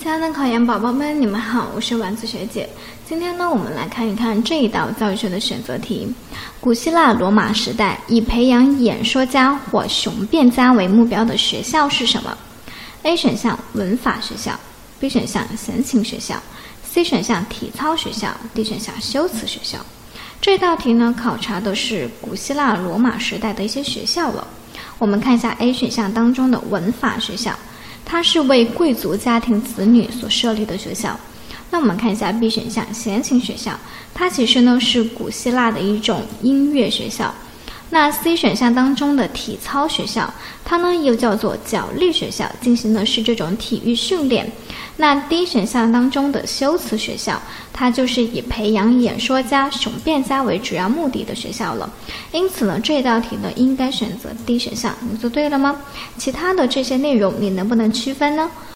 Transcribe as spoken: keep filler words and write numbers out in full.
亲爱的考研宝宝们，你们好，我是丸子学姐。今天呢，我们来看一看这一道教育学的选择题。古希腊罗马时代以培养演说家或雄辩家为目标的学校是什么？ A 选项文法学校， B 选项闲情学校， C 选项体操学校， D 选项修辞学校。这道题呢，考察的是古希腊罗马时代的一些学校了。我们看一下 A 选项当中的文法学校，它是为贵族家庭子女所设立的学校。那我们看一下 B 选项闲情学校，它其实呢是古希腊的一种音乐学校。那 C 选项当中的体操学校，它呢又叫做角力学校，进行的是这种体育训练。那 D 选项当中的修辞学校，它就是以培养演说家、雄辩家为主要目的的学校了。因此呢，这道题呢应该选择 D 选项。你做对了吗？其他的这些内容你能不能区分呢？